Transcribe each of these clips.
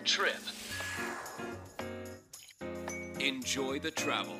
trip. Enjoy the travel.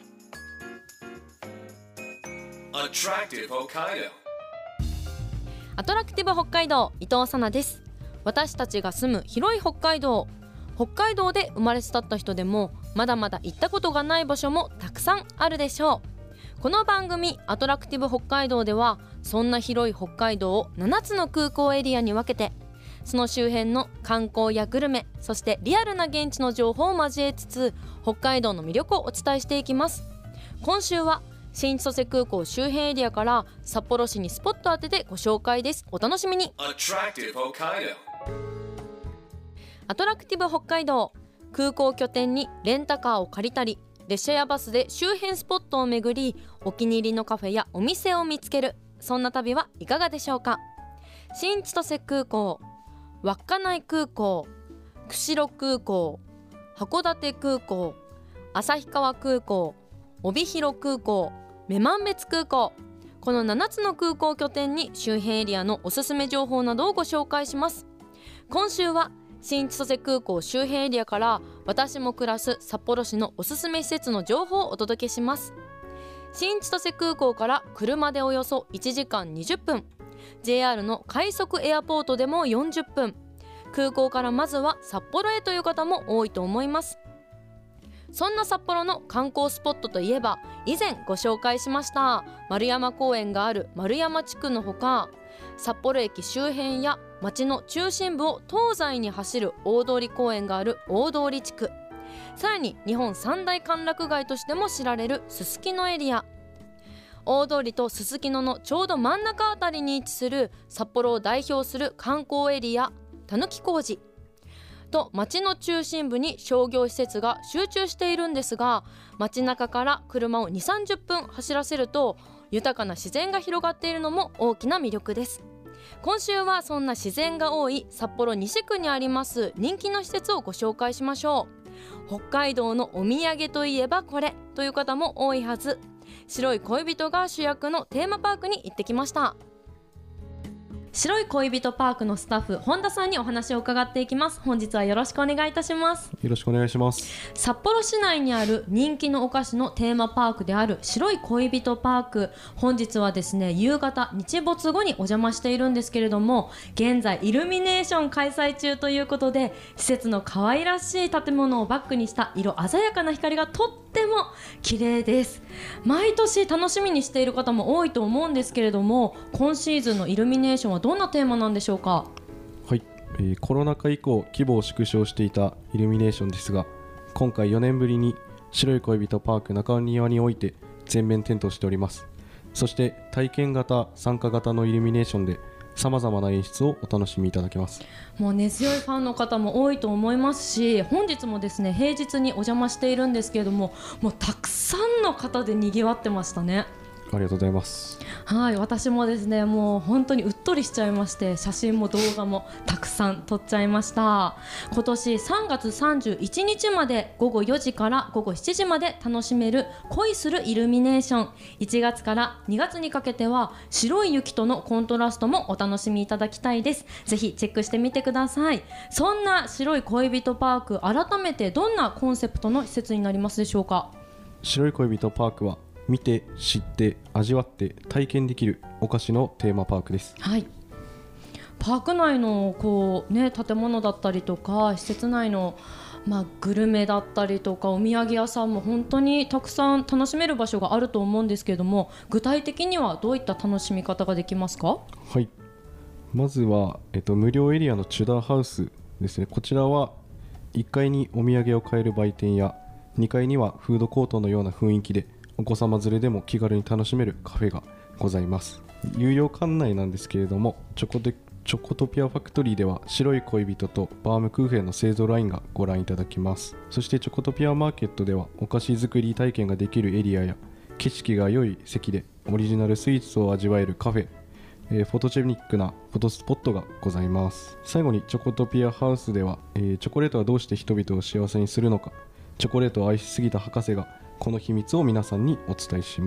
Attractive Hokkaido. アトラクティブ北海道、伊藤さなです。私たちが住む広い北海道で生まれ育った人でもまだまだ行ったことがない場所もたくさんあるでしょう。この番組アトラクティブ北海道ではそんな広い北海道を7つの空港エリアに分けて、その周辺の観光やグルメ、そしてリアルな現地の情報を交えつつ北海道の魅力をお伝えしていきます。今週は新千歳空港周辺エリアから札幌市にスポット当ててご紹介です。お楽しみに。 Attractive Hokkaido. アトラクティブ北海道、空港拠点にレンタカーを借りたり列車やバスで周辺スポットを巡り、お気に入りのカフェやお店を見つける、そんな旅はいかがでしょうか。新千歳空港、稚内空港、釧路空港、函館空港、旭川空港、帯広空港、女満別空港、この7つの空港拠点に周辺エリアのおすすめ情報などをご紹介します。今週は新千歳空港周辺エリアから私も暮らす札幌市のおすすめ施設の情報をお届けします。新千歳空港から車でおよそ1時間20分、 JR の快速エアポートでも40分、空港からまずは札幌へという方も多いと思います。そんな札幌の観光スポットといえば、以前ご紹介しました丸山公園がある丸山地区のほか、札幌駅周辺や町の中心部を東西に走る大通公園がある大通地区、さらに日本三大歓楽街としても知られるすすきのエリア、大通とすすきののちょうど真ん中あたりに位置する札幌を代表する観光エリアたぬき工事と、町の中心部に商業施設が集中しているんですが、街中から車を 2,30 分走らせると豊かな自然が広がっているのも大きな魅力です。今週はそんな自然が多い札幌西区にあります人気の施設をご紹介しましょう。北海道のお土産といえばこれという方も多いはず。白い恋人が主役のテーマパークに行ってきました。白い恋人パークのスタッフ本田さんにお話を伺っていきます。本日はよろしくお願いいたします。 よろしくお願いします。 札幌市内にある人気のお菓子のテーマパークである白い恋人パーク、本日はですね夕方日没後にお邪魔しているんですけれども、現在イルミネーション開催中ということで、施設の可愛らしい建物をバックにした色鮮やかな光がとっても綺麗です。毎年楽しみにしている方も多いと思うんですけれども、今シーズンのイルミネーションはどんなテーマなんでしょうか。 はい、コロナ禍以降規模を縮小していたイルミネーションですが、今回4年ぶりに白い恋人パーク中庭において全面点灯しております。そして体験型参加型のイルミネーションでさまざまな演出をお楽しみいただけます。 もう根強いファンの方も多いと思いますし、本日もですね平日にお邪魔しているんですけれども、もうたくさんの方でにぎわってましたね。 ありがとうございます。 はい、私もですねもう本当にうっとりしちゃいまして、写真も動画もたくさん撮っちゃいました。今年3月31日まで午後4時から午後7時まで楽しめる恋するイルミネーション、1月から2月にかけては白い雪とのコントラストもお楽しみいただきたいです。ぜひチェックしてみてください。そんな白い恋人パーク、改めてどんなコンセプトの施設になりますでしょうか。 白い恋人パークは見て知って味わって体験できるお菓子のテーマパークです。 はい、パーク内の建物だったりとか施設内の、グルメだったりとかお土産屋さんも本当にたくさん楽しめる場所があると思うんですけれども、具体的にはどういった楽しみ方ができますか。 はい、まずは、無料エリアのチュダーハウスですね。こちらは1階にお土産を買える売店や2階にはフードコートのような雰囲気でお子様連れでも気軽に楽しめるカフェがございます。有料館内なんですけれども、チョコトピアファクトリーでは白い恋人とバームクーヘンの製造ラインがご覧いただけます。そしてチョコトピアマーケットではお菓子作り体験ができるエリアや景色が良い席でオリジナルスイーツを味わえるカフェ、フォトジェニックなフォトスポットがございます。最後にチョコトピアハウスでは、チョコレートはどうして人々を幸せにするのか、チョコレートを愛しすぎた博士がこの秘密を皆さんにお伝えします。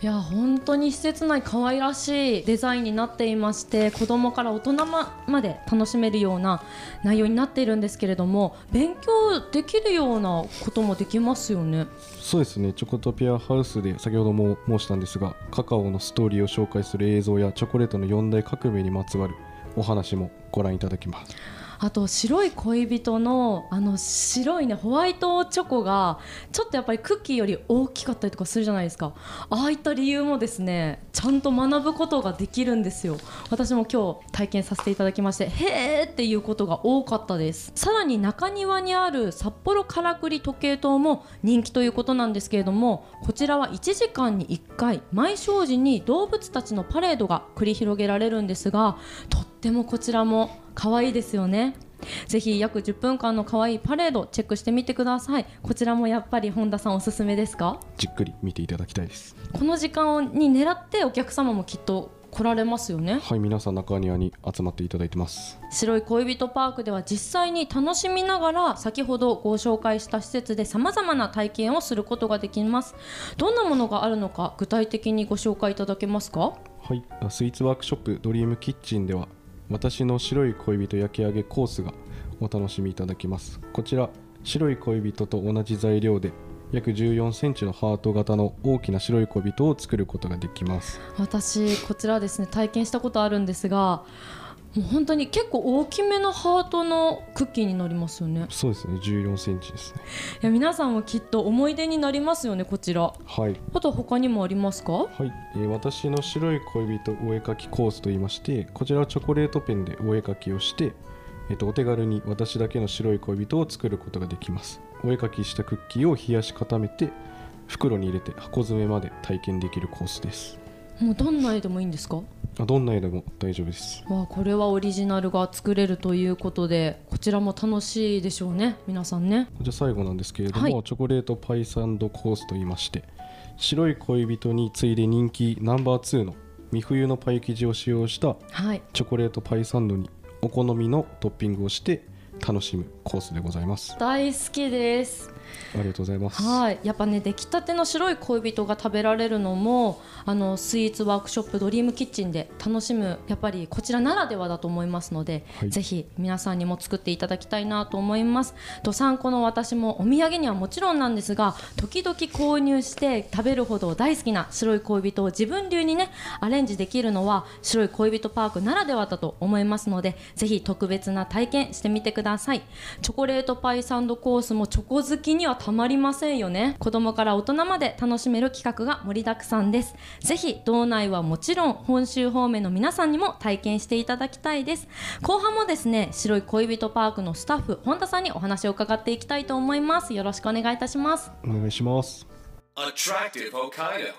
いや本当に施設内可愛らしいデザインになっていまして、子供から大人まで楽しめるような内容になっているんですけれども、勉強できるようなこともできますよね。 そうですね、チョコトピアハウスで先ほども申したんですが、カカオのストーリーを紹介する映像やチョコレートの4大革命にまつわるお話もご覧いただきます。 あと白い恋人の白いねホワイトチョコがちょっとやっぱりクッキーより大きかったりとかするじゃないですか。ああいった理由もですねちゃんと学ぶことができるんですよ。私も今日体験させていただきまして、へーっていうことが多かったです。さらに中庭にある札幌からくり時計塔も人気ということなんですけれども、こちらは1時間に1回毎正時に動物たちのパレードが繰り広げられるんですが、とってもこちらも可愛いですよね。ぜひ約10分間の可愛いパレードチェックしてみてください。こちらもやっぱり本田さんおすすめですか？ じっくり見ていただきたいです。 この時間に狙ってお客様もきっと来られますよね。 はい、皆さん中庭に集まっていただいてます。 白い恋人パークでは実際に楽しみながら先ほどご紹介した施設で様々な体験をすることができます。どんなものがあるのか具体的にご紹介いただけますか？ はい、スイーツワークショップドリームキッチンでは私の白い恋人焼き上げコースがお楽しみいただきます。こちら白い恋人と同じ材料で約14センチのハート型の大きな白い恋人を作ることができます。 私こちらですね体験したことあるんですが、もう本当に結構大きめのハートのクッキーになりますよね。 そうですね、14センチですね。 いや皆さんもきっと思い出になりますよね。こちらはい、 あと他にもありますか？ はい、私の白い恋人お絵描きコースといいまして、こちらはチョコレートペンでお絵描きをして、お手軽に私だけの白い恋人を作ることができます。お絵描きしたクッキーを冷やし固めて袋に入れて箱詰めまで体験できるコースです。 もうどんな絵でもいいんですか？ どんな絵でも大丈夫です。 わあ、これはオリジナルが作れるということで、こちらも楽しいでしょうね皆さんね。 じゃあ最後なんですけれども、チョコレートパイサンドコースといいまして、白い恋人に次いで人気ナンバー2の三冬のパイ生地を使用したチョコレートパイサンドにお好みのトッピングをして楽しむコースでございます。 大好きです。 ありがとうございます。 はい、やっぱね出来たての白い恋人が食べられるのもスイーツワークショップドリームキッチンで楽しむ、やっぱりこちらならではだと思いますので、ぜひ皆さんにも作っていただきたいなと思います。どさんこの私もお土産にはもちろんなんですが、時々購入して食べるほど大好きな白い恋人を自分流にねアレンジできるのは白い恋人パークならではだと思いますので、ぜひ特別な体験してみてください。チョコレートパイサンドコースもチョコ好きにはたまりませんよね。子供から大人まで楽しめる企画が盛りだくさんです。ぜひ道内はもちろん本州方面の皆さんにも体験していただきたいです。後半もですね白い恋人パークのスタッフ本田さんにお話を伺っていきたいと思います。よろしくお願いいたします。 お願いします。 Attractive Hokkaido.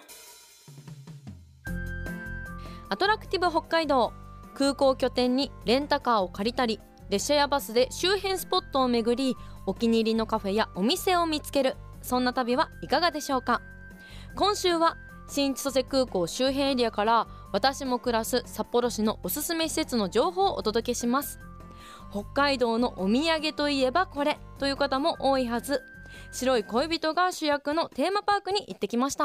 アトラクティブ北海道、空港拠点にレンタカーを借りたり列車やバスで周辺スポットを巡り、お気に入りのカフェやお店を見つける、そんな旅はいかがでしょうか。今週は新千歳空港周辺エリアから私も暮らす札幌市のおすすめ施設の情報をお届けします。北海道のお土産といえばこれという方も多いはず。白い恋人が主役のテーマパークに行ってきました。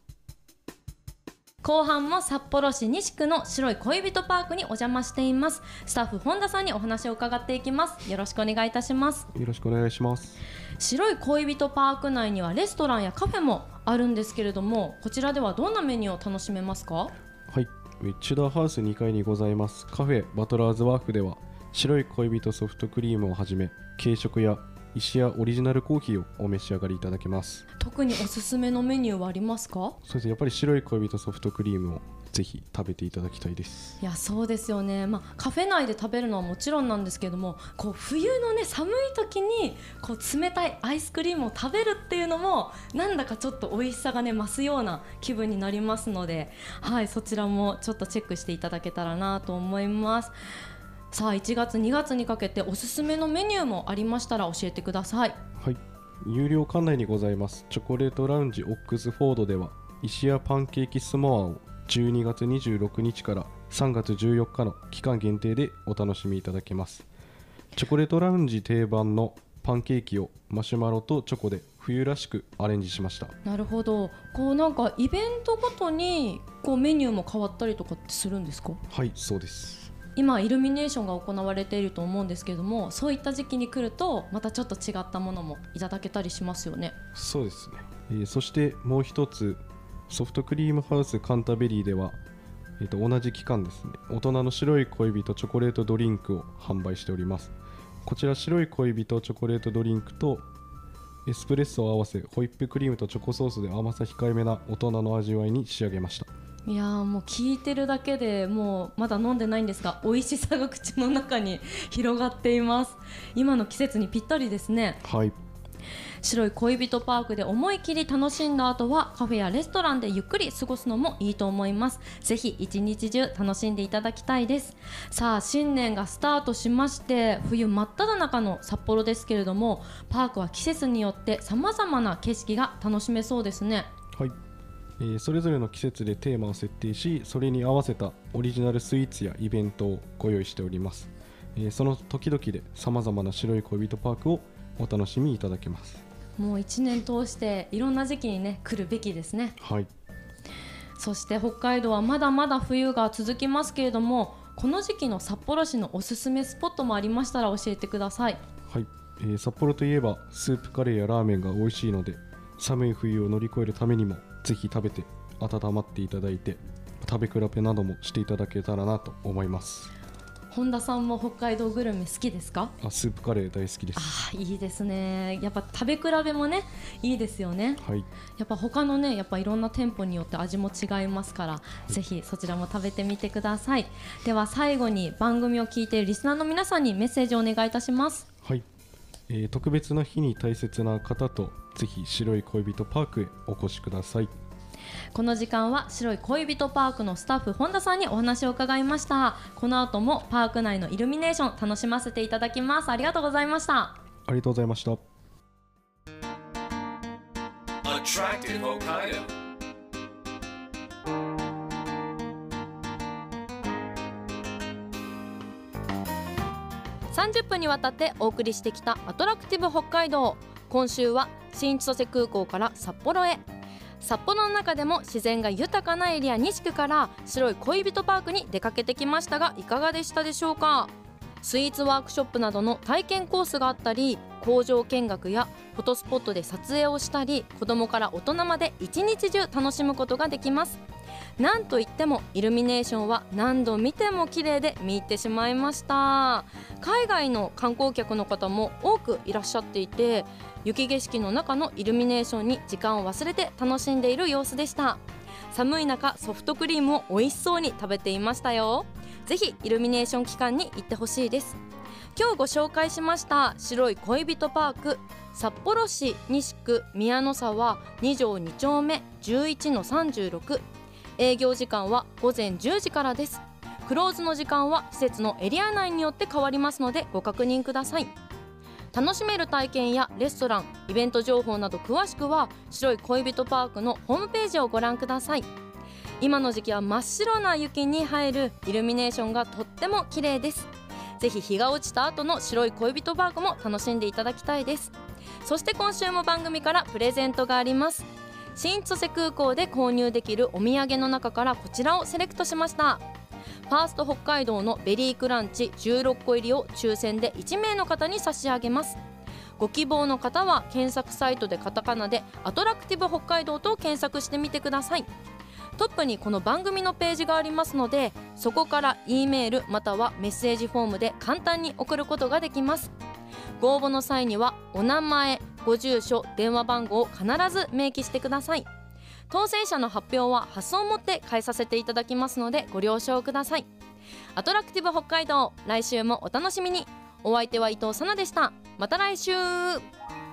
後半も札幌市西区の白い恋人パークにお邪魔しています。スタッフ本田さんにお話を伺っていきます。よろしくお願いいたします。 よろしくお願いします。 白い恋人パーク内にはレストランやカフェもあるんですけれども、こちらではどんなメニューを楽しめますか？ はい、ウィッチュダーハウス2階にございますカフェバトラーズワーフでは、白い恋人ソフトクリームをはじめ軽食や石屋オリジナルコーヒーをお召し上がりいただけます。 特におすすめのメニューはありますか？ そうですね、やっぱり白い恋人ソフトクリームをぜひ食べていただきたいです。 いやそうですよね、カフェ内で食べるのはもちろんなんですけども、こう冬のね寒い時にこう冷たいアイスクリームを食べるっていうのもなんだかちょっと美味しさがね増すような気分になりますので、はい、そちらもちょっとチェックしていただけたらなと思います。さあ1月2月にかけておすすめのメニューもありましたら教えてください。 はい、有料館内にございますチョコレートラウンジオックスフォードでは、石屋パンケーキスモアを12月26日から3月14日の期間限定でお楽しみいただけます。チョコレートラウンジ定番のパンケーキをマシュマロとチョコで冬らしくアレンジしました。 なるほど。こうなんかイベントごとにこうメニューも変わったりとかってするんですか？ はい、そうです。 今イルミネーションが行われていると思うんですけども、そういった時期に来るとまたちょっと違ったものもいただけたりしますよね。 そうですね、そしてもう一つ、ソフトクリームハウスカンタベリーでは、同じ期間ですね、大人の白い恋人チョコレートドリンクを販売しております。こちら白い恋人チョコレートドリンクとエスプレッソを合わせ、ホイップクリームとチョコソースで甘さ控えめな大人の味わいに仕上げました。 いやー、もう聞いてるだけでもうまだ飲んでないんですが、美味しさが口の中に広がっています。今の季節にぴったりですね。 はい、 白い恋人パークで思い切り楽しんだ後はカフェやレストランでゆっくり過ごすのもいいと思います。ぜひ一日中楽しんでいただきたいです。さあ、新年がスタートしまして、冬真っ只中の札幌ですけれども、パークは季節によってさまざまな景色が楽しめそうですね。 はい、それぞれの季節でテーマを設定し、それに合わせたオリジナルスイーツやイベントをご用意しております。その時々でさまざまな白い恋人パークをお楽しみいただけます。 もう1年通していろんな時期にね来るべきですね。 はい、 そして北海道はまだまだ冬が続きますけれども、この時期の札幌市のおすすめスポットもありましたら教えてください。 はい、札幌といえばスープカレーやラーメンが美味しいので、寒い冬を乗り越えるためにもぜひ食べて温まっていただいて、食べ比べなどもしていただけたらなと思います。 本田さんも北海道グルメ好きですか？ スープカレー大好きです。 いいですね。やっぱ食べ比べもねいいですよね。 はい、 やっぱ他のね、やっぱいろんな店舗によって味も違いますから、ぜひそちらも食べてみてください。では最後に番組を聞いているリスナーの皆さんにメッセージをお願いいたします。 はい、特別な日に大切な方とぜひ白い恋人パークへお越しください。 この時間は白い恋人パークのスタッフ本田さんにお話を伺いました。この後もパーク内のイルミネーション楽しませていただきます。ありがとうございました。 ありがとうございました。 Attractive Hokkaido. 30分にわたってお送りしてきたアトラクティブ北海道。今週は新千歳空港から札幌へ。札幌の中でも自然が豊かなエリア西区から白い恋人パークに出かけてきましたが、いかがでしたでしょうか？スイーツワークショップなどの体験コースがあったり、工場見学やフォトスポットで撮影をしたり、子供から大人まで一日中楽しむことができます。なんといってもイルミネーションは何度見ても綺麗で見入ってしまいました。海外の観光客の方も多くいらっしゃっていて、雪景色の中のイルミネーションに時間を忘れて楽しんでいる様子でした。寒い中ソフトクリームを美味しそうに食べていましたよ。ぜひイルミネーション期間に行ってほしいです。今日ご紹介しました白い恋人パーク、札幌市西区宮の沢2条2丁目 11-36、営業時間は午前10時からです。クローズの時間は施設のエリア内によって変わりますのでご確認ください。楽しめる体験やレストラン、イベント情報など詳しくは白い恋人パークのホームページをご覧ください。今の時期は真っ白な雪に映えるイルミネーションがとっても綺麗です。ぜひ日が落ちた後の白い恋人パークも楽しんでいただきたいです。そして今週も番組からプレゼントがあります。新千歳空港で購入できるお土産の中からこちらをセレクトしました。ファースト北海道のベリークランチ16個入りを抽選で1名の方に差し上げます。ご希望の方は検索サイトでカタカナでアトラクティブ北海道と検索してみてください。トップにこの番組のページがありますので、そこから E メールまたはメッセージフォームで簡単に送ることができます。ご応募の際にはお名前、ご住所、電話番号を必ず明記してください。当選者の発表は発送をもって返させていただきますのでご了承ください。アトラクティブ北海道、来週もお楽しみに。お相手は伊藤さなでした。また来週。